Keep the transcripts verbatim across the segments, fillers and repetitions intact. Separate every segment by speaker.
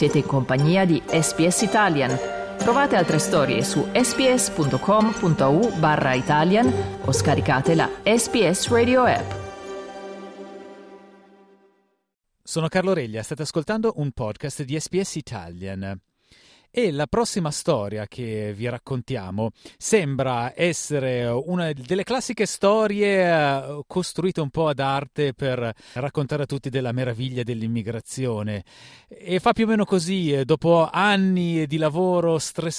Speaker 1: Siete in compagnia di S B S Italian. Trovate altre storie su sbs.com.au barra Italian o scaricate la S B S Radio app.
Speaker 2: Sono Carlo Reglia, state ascoltando un podcast di S B S Italian. E la prossima storia che vi raccontiamo sembra essere una delle classiche storie costruite un po' ad arte per raccontare a tutti della meraviglia dell'immigrazione. E fa più o meno così: dopo anni di lavoro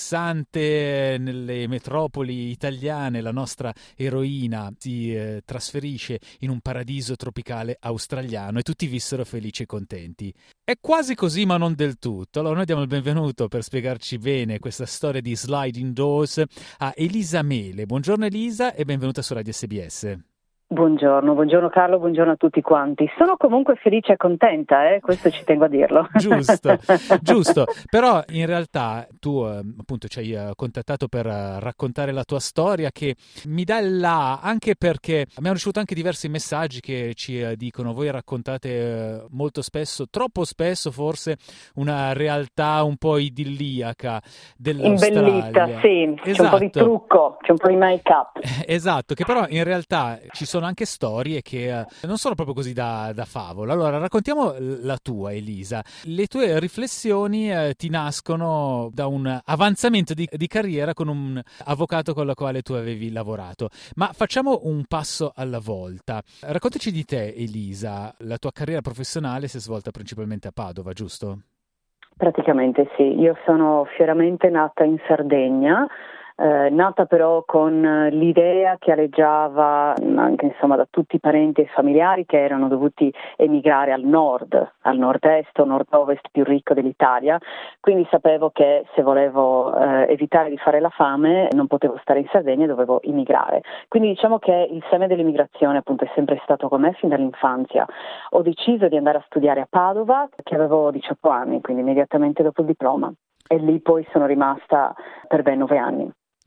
Speaker 2: stressante nelle metropoli italiane, la nostra eroina si eh, trasferisce in un paradiso tropicale australiano e tutti vissero felici e contenti. È quasi così, ma non del tutto. Allora noi diamo il benvenuto per spiegarci bene questa storia di Sliding Doors a Elisa Mele. Buongiorno Elisa e benvenuta su Radio S B S.
Speaker 3: Buongiorno, buongiorno Carlo, buongiorno a tutti quanti. Sono comunque felice e contenta, eh? Questo ci tengo a dirlo.
Speaker 2: Giusto, giusto. Però in realtà tu eh, appunto ci hai eh, contattato per eh, raccontare la tua storia, che mi dà il là, anche perché abbiamo ricevuto anche diversi messaggi che ci eh, dicono: voi raccontate eh, molto spesso, troppo spesso forse, una realtà un po' idilliaca dell'Australia.
Speaker 3: Imbellita, sì,
Speaker 2: esatto.
Speaker 3: C'è un po' di trucco, c'è un po' di make-up.
Speaker 2: Esatto, che però in realtà ci sono anche storie che eh, non sono proprio così da, da favola. Allora raccontiamo la tua, Elisa. Le tue riflessioni eh, ti nascono da un avanzamento di, di carriera con un avvocato con il quale tu avevi lavorato. Ma facciamo un passo alla volta. Raccontaci di te, Elisa. La tua carriera professionale si è svolta principalmente a Padova, giusto?
Speaker 3: Praticamente sì, io sono fieramente nata in Sardegna. Eh, nata però con l'idea che aleggiava anche insomma da tutti i parenti e familiari che erano dovuti emigrare al nord, al nord-est o nord-ovest più ricco dell'Italia, quindi sapevo che se volevo eh, evitare di fare la fame non potevo stare in Sardegna e dovevo immigrare. Quindi diciamo che il seme dell'immigrazione appunto è sempre stato con me fin dall'infanzia. Ho deciso di andare a studiare a Padova, che avevo diciotto anni, quindi immediatamente dopo il diploma, e lì poi sono rimasta per ben nove anni.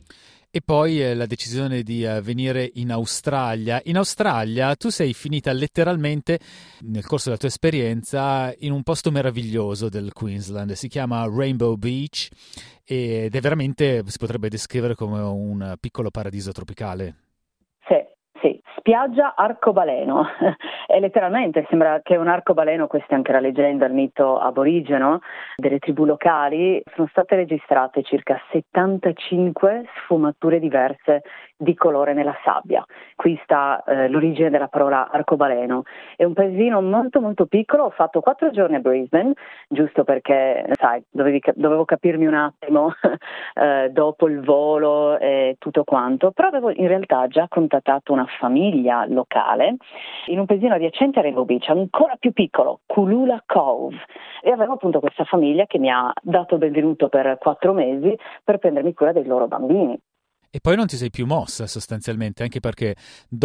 Speaker 2: E poi eh, la decisione di eh, venire in Australia. In Australia tu sei finita letteralmente, nel corso della tua esperienza, in un posto meraviglioso del Queensland. Si chiama Rainbow Beach ed è veramente, si potrebbe descrivere come un piccolo paradiso tropicale.
Speaker 3: Sì, sì. Spiaggia arcobaleno. E letteralmente sembra che un arcobaleno, questa è anche la leggenda, il mito aborigeno delle tribù locali, sono state registrate circa settantacinque sfumature diverse di colore nella sabbia. Qui sta eh, l'origine della parola arcobaleno. È un paesino molto molto piccolo. Ho fatto quattro giorni a Brisbane, giusto perché, sai, dovevi, dovevo capirmi un attimo eh, dopo il volo e tutto quanto, però avevo in realtà già contattato una famiglia locale in un paesino adiacente a Rainbow Beach, ancora più piccolo, Kulula Cove, e avevo appunto questa famiglia che mi ha dato il benvenuto per quattro mesi per prendermi cura dei loro bambini.
Speaker 2: E poi non ti sei più mossa sostanzialmente, anche perché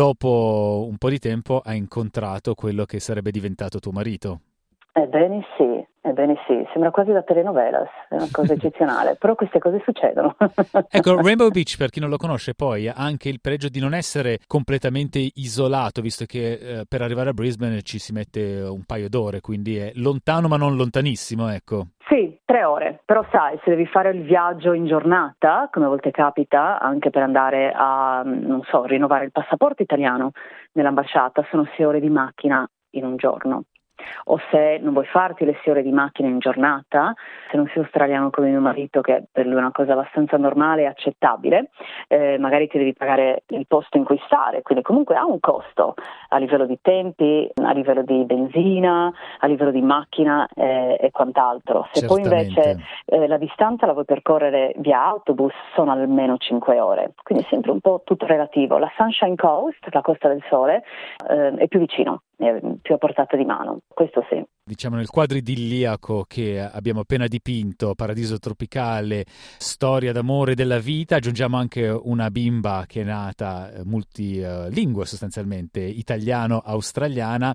Speaker 2: dopo un po' di tempo hai incontrato quello che sarebbe diventato tuo marito.
Speaker 3: Ebbene sì, ebbene sì, sembra quasi da telenovelas, è una cosa eccezionale, però queste cose succedono.
Speaker 2: Ecco, Rainbow Beach, per chi non lo conosce, poi ha anche il pregio di non essere completamente isolato, visto che eh, per arrivare a Brisbane ci si mette un paio d'ore, quindi è lontano ma non lontanissimo, ecco.
Speaker 3: Sì, tre ore, però sai, se devi fare il viaggio in giornata, come a volte capita, anche per andare a, non so, rinnovare il passaporto italiano nell'ambasciata, sono sei ore di macchina in un giorno. O se non vuoi farti le sei ore di macchina in giornata, se non sei australiano come mio marito, che per lui è una cosa abbastanza normale e accettabile, eh, magari ti devi pagare il posto in cui stare, quindi comunque ha un costo a livello di tempi, a livello di benzina, a livello di macchina eh, e quant'altro. Se poi invece eh, la distanza la vuoi percorrere via autobus, sono almeno cinque ore, quindi è sempre un po' tutto relativo. La Sunshine Coast, la Costa del Sole, eh, è più vicino, è più a portata di mano, questo sì.
Speaker 2: Diciamo nel quadro idilliaco che abbiamo appena dipinto, paradiso tropicale, storia d'amore della vita, aggiungiamo anche una bimba che è nata multilingue sostanzialmente, italiano-australiana,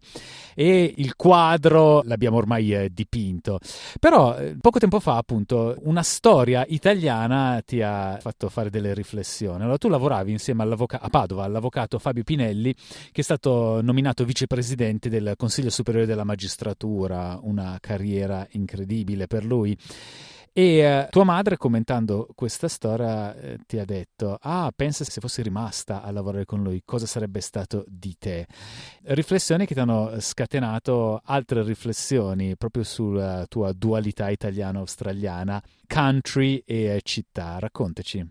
Speaker 2: e il quadro l'abbiamo ormai eh, dipinto. Però eh, poco tempo fa appunto una storia italiana ti ha fatto fare delle riflessioni. Allora tu lavoravi insieme all'avvocato a Padova, all'avvocato Fabio Pinelli, che è stato nominato vicepresidente presidente del Consiglio Superiore della Magistratura, una carriera incredibile per lui. E eh, tua madre, commentando questa storia, eh, ti ha detto: ah, pensa se fossi rimasta a lavorare con lui, cosa sarebbe stato di te? Riflessioni che ti hanno scatenato altre riflessioni proprio sulla tua dualità italiano-australiana, country e città. Raccontaci.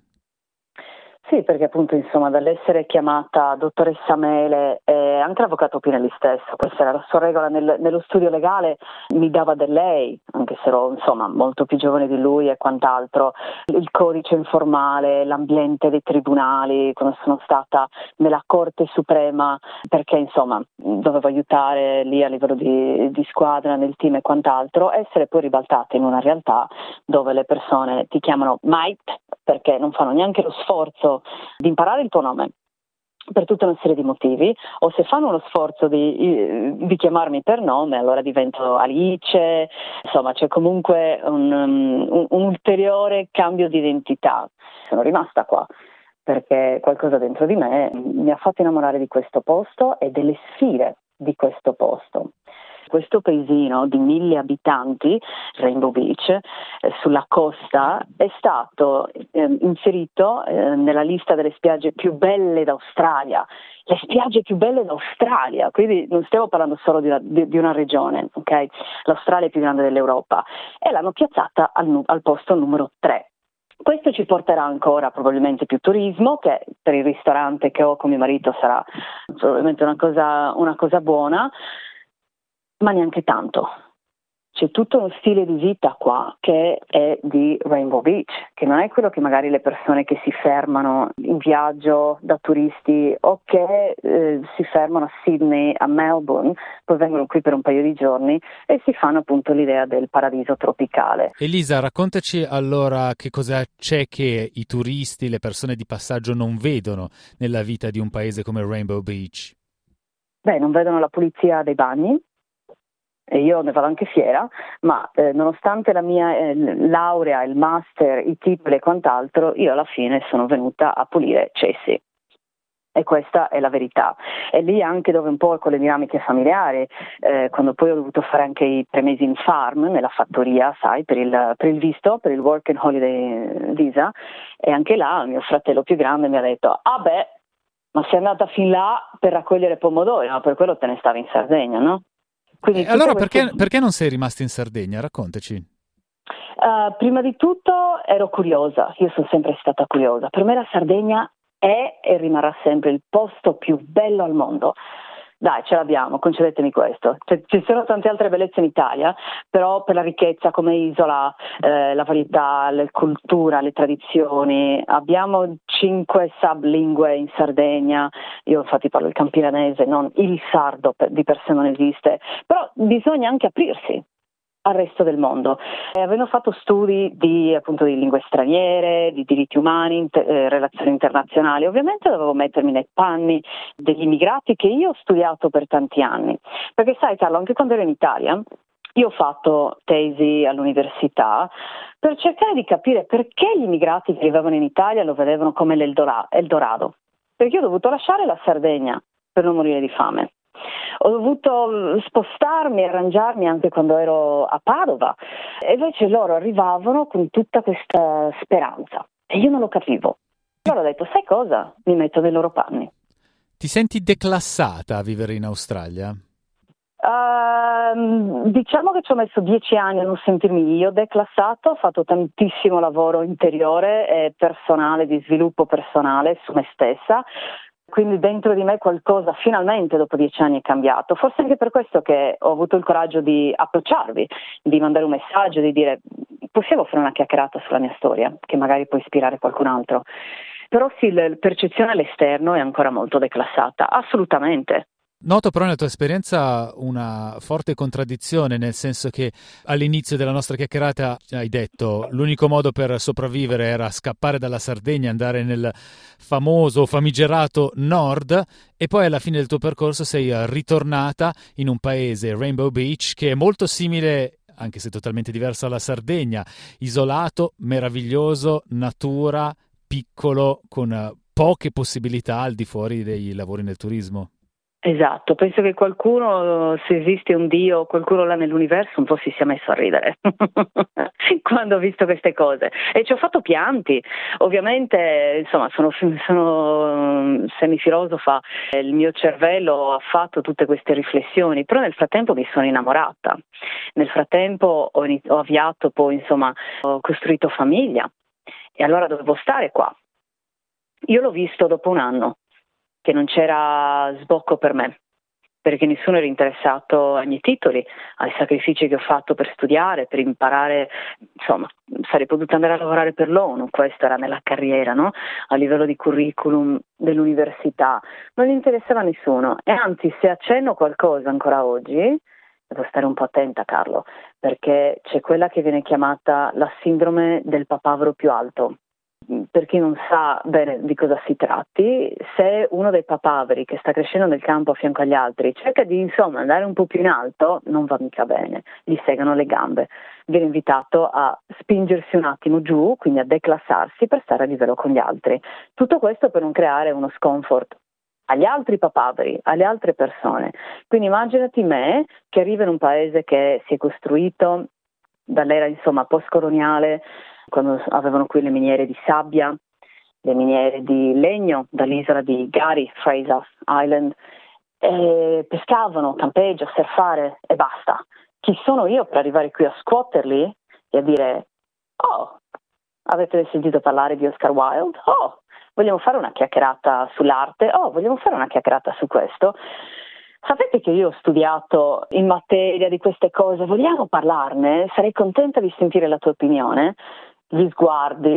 Speaker 3: Sì, perché appunto insomma dall'essere chiamata dottoressa Mele e anche l'avvocato Pinelli stesso, questa era la sua regola nel, nello studio legale, mi dava del lei, anche se ero insomma molto più giovane di lui e quant'altro, il codice informale, l'ambiente dei tribunali, quando sono stata nella Corte Suprema, perché insomma dovevo aiutare lì a livello di, di squadra, nel team e quant'altro, essere poi ribaltata in una realtà dove le persone ti chiamano Mike perché non fanno neanche lo sforzo di imparare il tuo nome per tutta una serie di motivi, o se fanno uno sforzo di, di chiamarmi per nome, allora divento Alice, insomma c'è comunque un, un, un ulteriore cambio di identità. Sono rimasta qua perché qualcosa dentro di me mi ha fatto innamorare di questo posto e delle sfide di questo posto. Questo paesino di mille abitanti, Rainbow Beach, eh, sulla costa, è stato eh, inserito eh, nella lista delle spiagge più belle d'Australia. Le spiagge più belle d'Australia, quindi non stiamo parlando solo di una, di, di una regione, ok? L'Australia è più grande dell'Europa e l'hanno piazzata al, al posto numero tre. Questo ci porterà ancora probabilmente più turismo, che per il ristorante che ho con mio marito sarà probabilmente una cosa, una cosa buona, ma neanche tanto. C'è tutto uno stile di vita qua che è di Rainbow Beach, che non è quello che magari le persone che si fermano in viaggio da turisti o che eh, si fermano a Sydney, a Melbourne, poi vengono qui per un paio di giorni e si fanno appunto l'idea del paradiso tropicale.
Speaker 2: Elisa, raccontaci allora che cosa c'è che i turisti, le persone di passaggio non vedono nella vita di un paese come Rainbow Beach.
Speaker 3: Beh, non vedono la pulizia dei bagni. E io ne vado anche fiera, ma eh, nonostante la mia eh, laurea, il master, i titoli e quant'altro, io alla fine sono venuta a pulire cessi. E questa è la verità. E lì anche dove un po' con le dinamiche familiari, eh, quando poi ho dovuto fare anche i tre mesi in farm, nella fattoria, sai, per il, per il visto, per il Work and Holiday Visa, e anche là mio fratello più grande mi ha detto: ah beh, ma sei andata fin là per raccogliere pomodori, no? Per quello te ne stavi in Sardegna, no?
Speaker 2: Eh, allora perché, queste... perché non sei rimasta in Sardegna? Raccontaci.
Speaker 3: Uh, prima di tutto ero curiosa, io sono sempre stata curiosa. Per me la Sardegna è e rimarrà sempre il posto più bello al mondo. Dai, ce l'abbiamo, concedetemi questo. Cioè, ci sono tante altre bellezze in Italia, però per la ricchezza come isola, eh, la varietà, la cultura, le tradizioni, abbiamo cinque sublingue in Sardegna, io infatti parlo il campidanese, non il sardo, per, di per sé non esiste, però bisogna anche aprirsi al resto del mondo. Eh, avendo fatto studi di appunto di lingue straniere, di diritti umani, inter- eh, relazioni internazionali, ovviamente dovevo mettermi nei panni degli immigrati che io ho studiato per tanti anni. Perché sai Carlo, anche quando ero in Italia, io ho fatto tesi all'università per cercare di capire perché gli immigrati che arrivavano in Italia lo vedevano come l'Eldorado. Perché io ho dovuto lasciare la Sardegna per non morire di fame. Ho dovuto spostarmi e arrangiarmi anche quando ero a Padova e invece loro arrivavano con tutta questa speranza e io non lo capivo. Allora ho detto: sai cosa? Mi metto nei loro panni.
Speaker 2: Ti senti declassata a vivere in Australia?
Speaker 3: Uh, diciamo che ci ho messo dieci anni a non sentirmi io declassato, ho fatto tantissimo lavoro interiore e personale, di sviluppo personale su me stessa. Quindi dentro di me qualcosa finalmente dopo dieci anni è cambiato, forse anche per questo che ho avuto il coraggio di approcciarvi, di mandare un messaggio, di dire: possiamo fare una chiacchierata sulla mia storia, che magari può ispirare qualcun altro. Però sì, la percezione all'esterno è ancora molto declassata, assolutamente.
Speaker 2: Noto però nella tua esperienza una forte contraddizione, nel senso che all'inizio della nostra chiacchierata hai detto l'unico modo per sopravvivere era scappare dalla Sardegna, andare nel famoso, famigerato nord, e poi alla fine del tuo percorso sei ritornata in un paese, Rainbow Beach, che è molto simile, anche se totalmente diverso, alla Sardegna, isolato, meraviglioso, natura, piccolo, con poche possibilità al di fuori dei lavori nel turismo.
Speaker 3: Esatto, penso che qualcuno, se esiste un Dio, qualcuno là nell'universo un po' si sia messo a ridere quando ho visto queste cose e ci ho fatto pianti. Ovviamente, insomma, sono, sono semifilosofa, il mio cervello ha fatto tutte queste riflessioni, però nel frattempo mi sono innamorata, nel frattempo ho, iniz- ho avviato, poi insomma ho costruito famiglia e allora dovevo stare qua. Io l'ho visto dopo un anno che non c'era sbocco per me, perché nessuno era interessato ai miei titoli, ai sacrifici che ho fatto per studiare, per imparare, insomma, sarei potuta andare a lavorare per l'ONU, questo era nella carriera, no? A livello di curriculum dell'università, non gli interessava a nessuno e anzi se accenno qualcosa ancora oggi, devo stare un po' attenta Carlo, perché c'è quella che viene chiamata la sindrome del papavero più alto. Per chi non sa bene di cosa si tratti, se uno dei papaveri che sta crescendo nel campo a fianco agli altri cerca di insomma andare un po' più in alto, non va mica bene, gli segano le gambe, viene invitato a spingersi un attimo giù, quindi a declassarsi per stare a livello con gli altri. Tutto questo per non creare uno scomfort agli altri papaveri, alle altre persone. Quindi immaginati me che arrivo in un paese che si è costruito dall'era insomma post-coloniale, quando avevano qui le miniere di sabbia, le miniere di legno dall'isola di Gary, Fraser Island, e pescavano, campeggio, surfare e basta. Chi sono io per arrivare qui a scuoterli e a dire oh, avete sentito parlare di Oscar Wilde? Oh, vogliamo fare una chiacchierata sull'arte? Oh, vogliamo fare una chiacchierata su questo? Sapete che io ho studiato in materia di queste cose, vogliamo parlarne? Sarei contenta di sentire la tua opinione. Gli sguardi.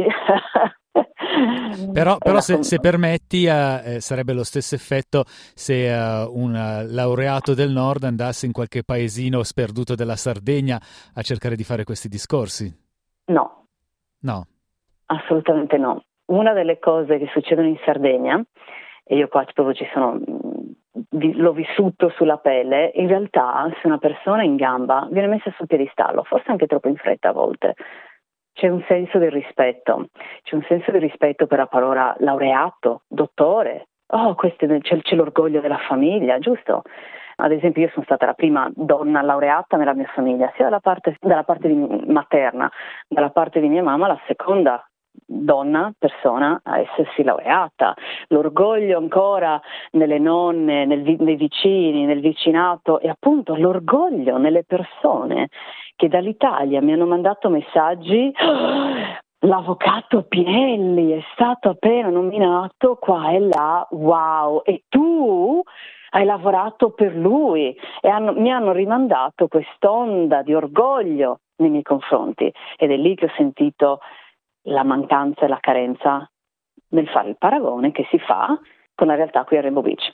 Speaker 2: Però, però se, se permetti, eh, sarebbe lo stesso effetto se uh, un uh, laureato del nord andasse in qualche paesino sperduto della Sardegna a cercare di fare questi discorsi.
Speaker 3: No.
Speaker 2: No.
Speaker 3: Assolutamente no. Una delle cose che succedono in Sardegna, e io qua proprio ci sono, l'ho vissuto sulla pelle, in realtà se una persona in gamba viene messa sul piedistallo, forse anche troppo in fretta a volte. C'è un senso di rispetto, c'è un senso di rispetto per la parola laureato, dottore, oh, questo, c'è, c'è l'orgoglio della famiglia, giusto? Ad esempio io sono stata la prima donna laureata nella mia famiglia, sia dalla parte, dalla parte di, materna, dalla parte di mia mamma, la seconda donna, persona a essersi laureata, l'orgoglio ancora nelle nonne, nel, nei vicini, nel vicinato e appunto l'orgoglio nelle persone che dall'Italia mi hanno mandato messaggi oh, l'avvocato Pinelli è stato appena nominato qua e là, wow, e tu hai lavorato per lui e hanno, mi hanno rimandato quest'onda di orgoglio nei miei confronti ed è lì che ho sentito la mancanza e la carenza nel fare il paragone che si fa con la realtà qui a Rainbow Beach.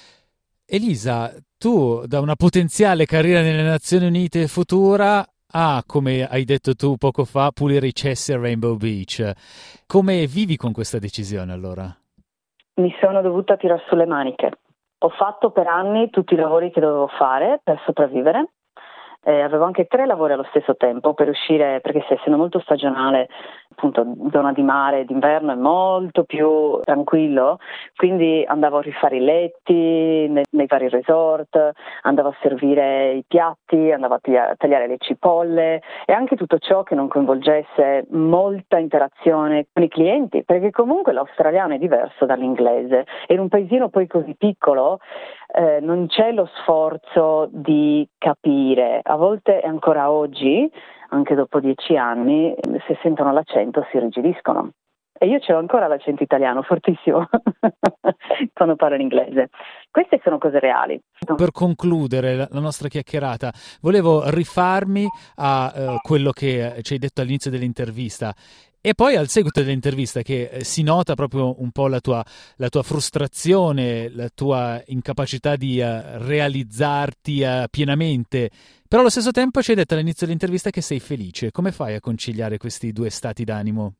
Speaker 2: Elisa, tu da una potenziale carriera nelle Nazioni Unite futura a, come hai detto tu poco fa, pulire i cessi a Rainbow Beach. Come vivi con questa decisione allora?
Speaker 3: Mi sono dovuta tirare sulle maniche. Ho fatto per anni tutti i lavori che dovevo fare per sopravvivere. Eh, avevo anche tre lavori allo stesso tempo per uscire, perché se essendo molto stagionale, appunto zona di mare d'inverno è molto più tranquillo, quindi andavo a rifare i letti nei, nei vari resort, andavo a servire i piatti, andavo a tagliare, a tagliare le cipolle e anche tutto ciò che non coinvolgesse molta interazione con i clienti, perché comunque l'australiano è diverso dall'inglese e in un paesino poi così piccolo eh, non c'è lo sforzo di capire. A volte e ancora oggi, anche dopo dieci anni, se sentono l'accento si irrigidiscono. E io ce l'ho ancora l'accento italiano, fortissimo, quando parlo in inglese. Queste sono cose reali.
Speaker 2: Per concludere la nostra chiacchierata, volevo rifarmi a uh, quello che ci hai detto all'inizio dell'intervista. E poi al seguito dell'intervista che eh, si nota proprio un po' la tua, la tua frustrazione, la tua incapacità di uh, realizzarti uh, pienamente, però allo stesso tempo ci hai detto all'inizio dell'intervista che sei felice. Come fai a conciliare questi due stati d'animo?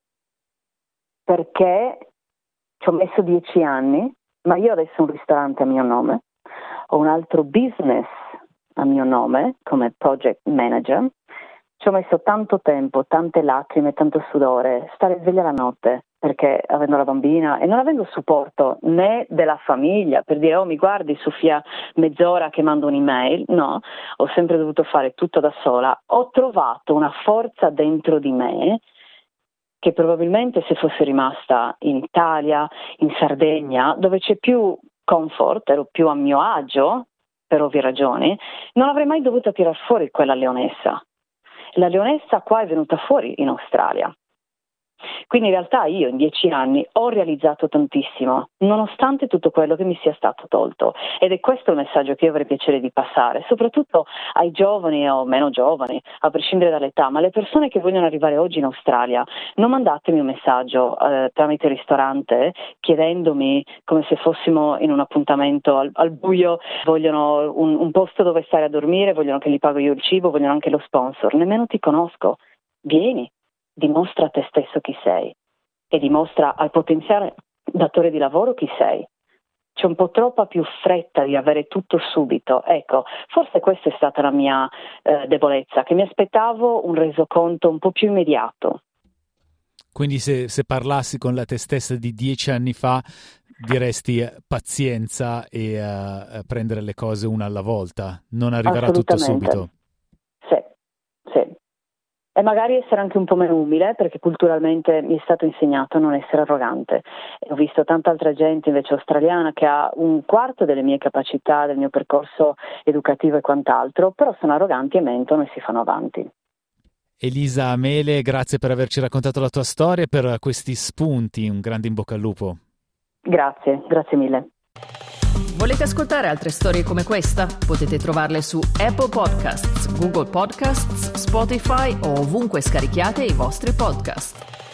Speaker 3: Perché ci ho messo dieci anni, ma io adesso ho un ristorante a mio nome, ho un altro business a mio nome come project manager. Ci ho messo tanto tempo, tante lacrime, tanto sudore, stare sveglia la notte perché avendo la bambina e non avendo supporto né della famiglia per dire oh mi guardi Sofia mezz'ora che mando un'email, no, ho sempre dovuto fare tutto da sola, ho trovato una forza dentro di me che probabilmente se fossi rimasta in Italia, in Sardegna, dove c'è più comfort, ero più a mio agio per ovvie ragioni, non avrei mai dovuto tirar fuori quella leonessa. La leonessa qua è venuta fuori in Australia. Quindi in realtà io in dieci anni ho realizzato tantissimo, nonostante tutto quello che mi sia stato tolto. Ed è questo il messaggio che io avrei piacere di passare, soprattutto ai giovani o meno giovani, a prescindere dall'età, ma le persone che vogliono arrivare oggi in Australia, non mandatemi un messaggio eh, tramite ristorante chiedendomi come se fossimo in un appuntamento al, al buio, vogliono un, un posto dove stare a dormire, vogliono che gli pago io il cibo, vogliono anche lo sponsor, nemmeno ti conosco, vieni. Dimostra a te stesso chi sei e dimostra al potenziale datore di lavoro chi sei. C'è un po' troppa più fretta di avere tutto subito. Ecco, forse questa è stata la mia eh, debolezza, che mi aspettavo un resoconto un po' più immediato.
Speaker 2: Quindi se, se parlassi con la te stessa di dieci anni fa diresti eh, pazienza e uh, prendere le cose una alla volta, non arriverà tutto subito.
Speaker 3: Sì, sì. E magari essere anche un po' meno umile, perché culturalmente mi è stato insegnato a non essere arrogante. E ho visto tanta altra gente invece australiana che ha un quarto delle mie capacità, del mio percorso educativo e quant'altro, però sono arroganti e mentono e si fanno avanti.
Speaker 2: Elisa Amele, grazie per averci raccontato la tua storia e per questi spunti. Un grande in bocca al lupo.
Speaker 3: Grazie, grazie mille.
Speaker 1: Volete ascoltare altre storie come questa? Potete trovarle su Apple Podcasts, Google Podcasts, Spotify o ovunque scarichiate i vostri podcast.